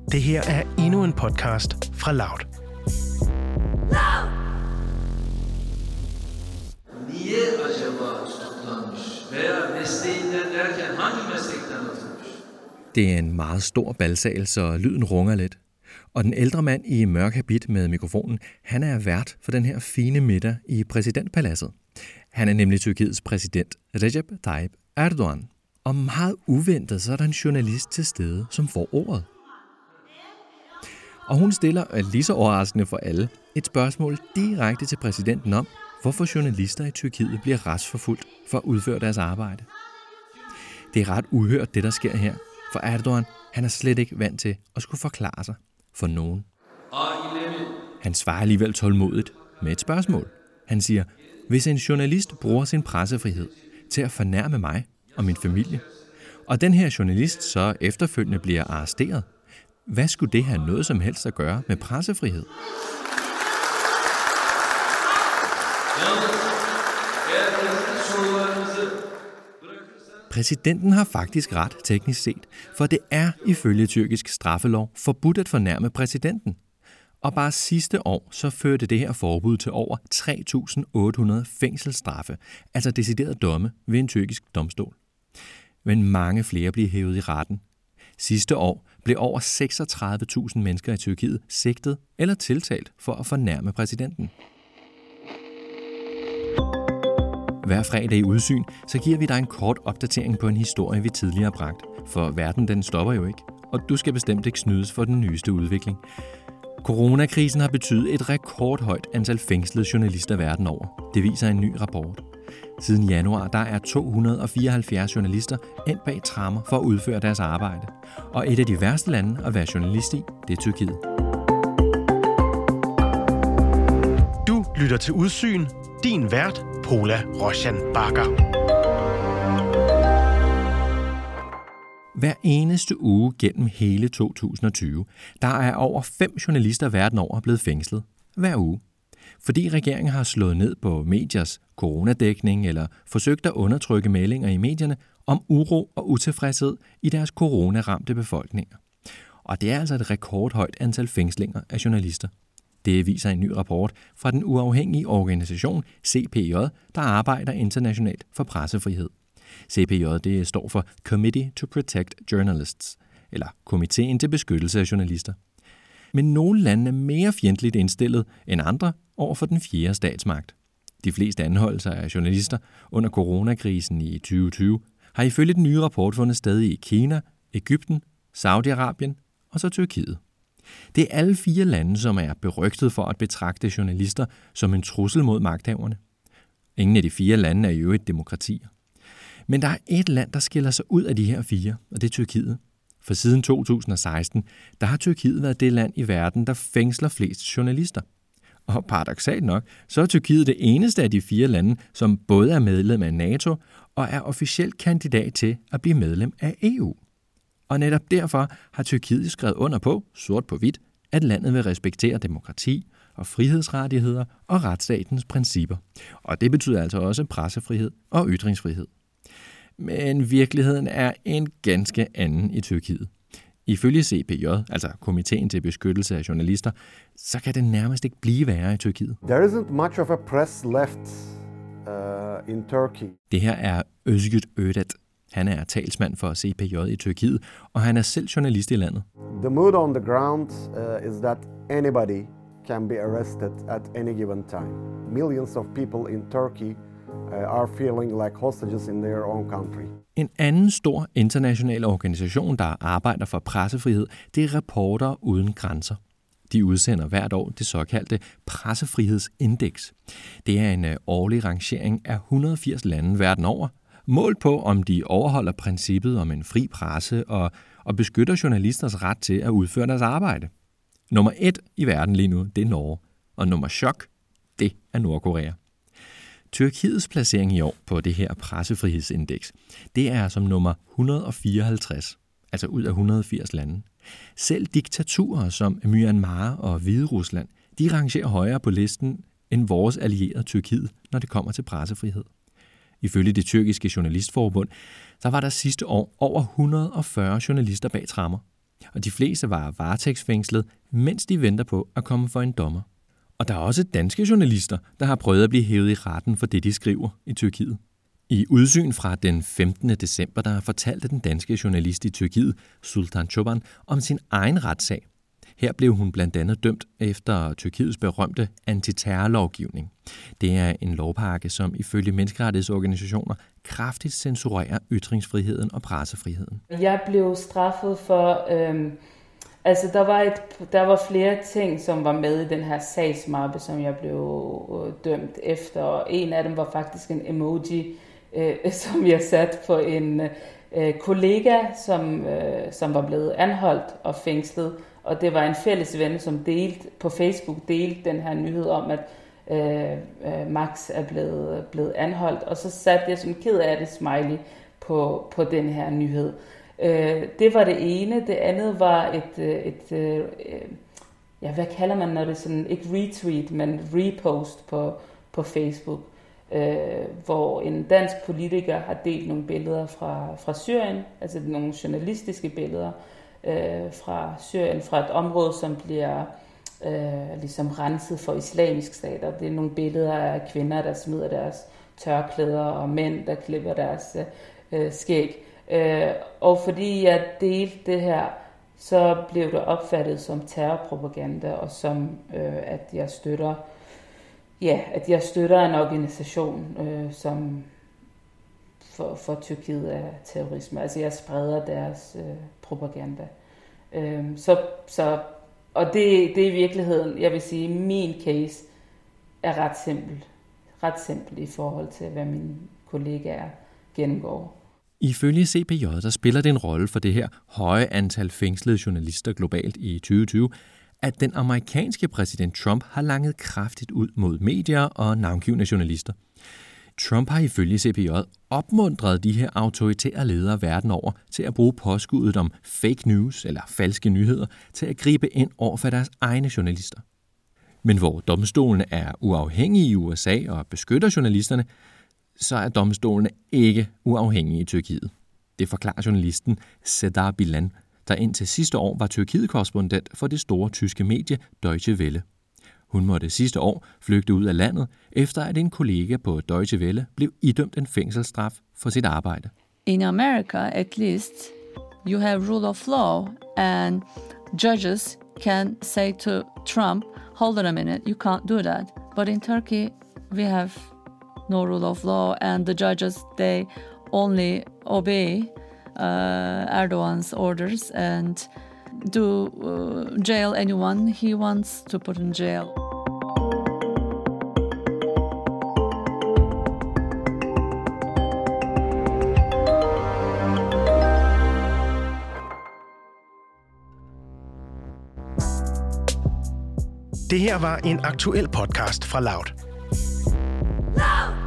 Det her er endnu en podcast fra Loud. Niye acaba tutuklanmış veya mesleğinden derken hangi meslekten atılmış? Det er en meget stor balsal, så lyden runger lidt. Og den ældre mand i mørk habit med mikrofonen, han er vært for den her fine middag i præsidentpaladset. Han er nemlig Tyrkiets præsident, Recep Tayyip Erdogan. Og meget uventet, så er der en journalist til stede, som får ordet. Og hun stiller, lige så overraskende for alle, et spørgsmål direkte til præsidenten om, hvorfor journalister i Tyrkiet bliver retsforfulgt for at udføre deres arbejde. Det er ret uhørt, det der sker her, for Erdogan, han er slet ikke vant til at skulle forklare sig for nogen. Han svarer alligevel tålmodigt med et spørgsmål. Han siger, hvis en journalist bruger sin pressefrihed til at fornærme mig og min familie, og den her journalist så efterfølgende bliver arresteret, hvad skulle det have noget som helst at gøre med pressefrihed? Præsidenten har faktisk ret teknisk set, for det er ifølge tyrkisk straffelov forbudt at fornærme præsidenten. Og bare sidste år så førte det her forbud til over 3.800 fængselsstraffe, altså deciderede domme ved en tyrkisk domstol. Men mange flere bliver hævet i retten. Sidste år blev over 36.000 mennesker i Tyrkiet sigtet eller tiltalt for at fornærme præsidenten. Hver fredag i Udsyn, så giver vi dig en kort opdatering på en historie, vi tidligere har bragt. For verden, den stopper jo ikke, og du skal bestemt ikke snydes for den nyeste udvikling. Coronakrisen har betydet et rekordhøjt antal fængslede journalister verden over. Det viser en ny rapport. Siden januar, der er 274 journalister endt bag tremmer for at udføre deres arbejde. Og et af de værste lande at være journalist i, det er Tyrkiet. Du lytter til Udsyn. Din vært, Pola Roshan Bakker. Hver eneste uge gennem hele 2020, der er over 5 journalister verden over blevet fængslet. Hver uge. Fordi regeringen har slået ned på mediers coronadækning eller forsøgt at undertrykke meldinger i medierne om uro og utilfredshed i deres coronaramte befolkninger. Og det er altså et rekordhøjt antal fængslinger af journalister. Det viser en ny rapport fra den uafhængige organisation CPJ, der arbejder internationalt for pressefrihed. CPJ, det står for Committee to Protect Journalists, eller Komiteen til Beskyttelse af Journalister. Men nogle lande er mere fjendtligt indstillet end andre over for den fjerde statsmagt. De fleste anholdelser af journalister under coronakrisen i 2020 har ifølge den nye rapport fundet sted i Kina, Egypten, Saudi-Arabien og så Tyrkiet. Det er alle 4 lande, som er berygtet for at betragte journalister som en trussel mod magthaverne. Ingen af de 4 lande er i øvrigt demokratier. Men der er et land, der skiller sig ud af de her 4, og det er Tyrkiet. For siden 2016, der har Tyrkiet været det land i verden, der fængsler flest journalister. Og paradoksalt nok, så er Tyrkiet det eneste af de 4 lande, som både er medlem af NATO og er officielt kandidat til at blive medlem af EU. Og netop derfor har Tyrkiet skrevet under på, sort på hvidt, at landet vil respektere demokrati og frihedsrettigheder og retsstatens principper. Og det betyder altså også pressefrihed og ytringsfrihed. Men virkeligheden er en ganske anden i Tyrkiet. Ifølge CPJ, altså Komiteen til Beskyttelse af Journalister, så kan det nærmest ikke blive værre i Tyrkiet. There isn't much of a press left in Turkey. Det her er Özgür Ödet. Han er talsmand for CPJ i Tyrkiet, og han er selv journalist i landet. The mood on the ground is that anybody can be arrested at any given time. Millions of people in Turkey are feeling like hostages in their own country. En anden stor international organisation, der arbejder for pressefrihed, det er Reportere uden grænser. De udsender hvert år det såkaldte pressefrihedsindeks. Det er en årlig rangering af 180 lande verden over, målt på, om de overholder princippet om en fri presse og beskytter journalisters ret til at udføre deres arbejde. Nummer 1 i verden lige nu, det er Norge, og nummer chok, det er Nordkorea. Tyrkiets placering i år på det her pressefrihedsindeks, det er som nummer 154, altså ud af 180 lande. Selv diktaturer som Myanmar og Hviderusland, de rangerer højere på listen end vores allierede Tyrkiet, når det kommer til pressefrihed. Ifølge det tyrkiske journalistforbund, så var der sidste år over 140 journalister bag tremmer. og de fleste var varetægtsfængslet, mens de venter på at komme for en dommer. Og der er også danske journalister, der har prøvet at blive hævet i retten for det, de skriver i Tyrkiet. I udsyn fra den 15. december, der fortalte den danske journalist i Tyrkiet, Sultan Çoban, om sin egen retssag. Her blev hun blandt andet dømt efter Tyrkiets berømte antiterrorlovgivning. Det er en lovpakke, som ifølge menneskerettighedsorganisationer kraftigt censurerer ytringsfriheden og pressefriheden. Jeg blev straffet for... der var flere ting, som var med i den her sagsmappe, som jeg blev dømt efter. Og en af dem var faktisk en emoji, som jeg satte på en kollega, som var blevet anholdt og fængslet. Og det var en fælles ven, som på Facebook delte den her nyhed om, at Max er blevet anholdt. Og så satte jeg sådan ked af det smiley på den her nyhed. Det var det ene. Det andet var hvad kalder man, når det er sådan, ikke retweet, men repost på Facebook, hvor en dansk politiker har delt nogle billeder fra Syrien, altså nogle journalistiske billeder fra Syrien, fra et område, som bliver ligesom renset for islamisk stat. Det er nogle billeder af kvinder, der smider deres tørklæder, og mænd, der klipper deres skæg. Og fordi jeg delte det her, så blev det opfattet som terrorpropaganda, og som at jeg støtter en organisation, som for Tyrkiet er terrorisme. Altså jeg spreder deres propaganda. Og det er i virkeligheden, jeg vil sige, min case er ret simpel i forhold til, hvad mine kollegaer gennemgår. Ifølge CPJ, der spiller det en rolle for det her høje antal fængslede journalister globalt i 2020, at den amerikanske præsident Trump har langet kraftigt ud mod medier og navngivne journalister. Trump har ifølge CPJ opmuntret de her autoritære ledere verden over til at bruge påskuddet om fake news eller falske nyheder til at gribe ind over for deres egne journalister. Men hvor domstolene er uafhængige i USA og beskytter journalisterne, så er domstolene ikke uafhængige i Tyrkiet. Det forklarer journalisten Seda Bilan, der indtil sidste år var Tyrkiet-korrespondent for det store tyske medie Deutsche Welle. Hun måtte sidste år flygte ud af landet, efter at en kollega på Deutsche Welle blev idømt en fængselsstraf for sit arbejde. In America, at least, you have rule of law, and judges can say to Trump, hold on a minute, you can't do that. But in Turkey, we have no rule of law, and the judges, they only obey Erdogan's orders and jail anyone he wants to put in jail. Det her var en aktuel podcast fra Loud.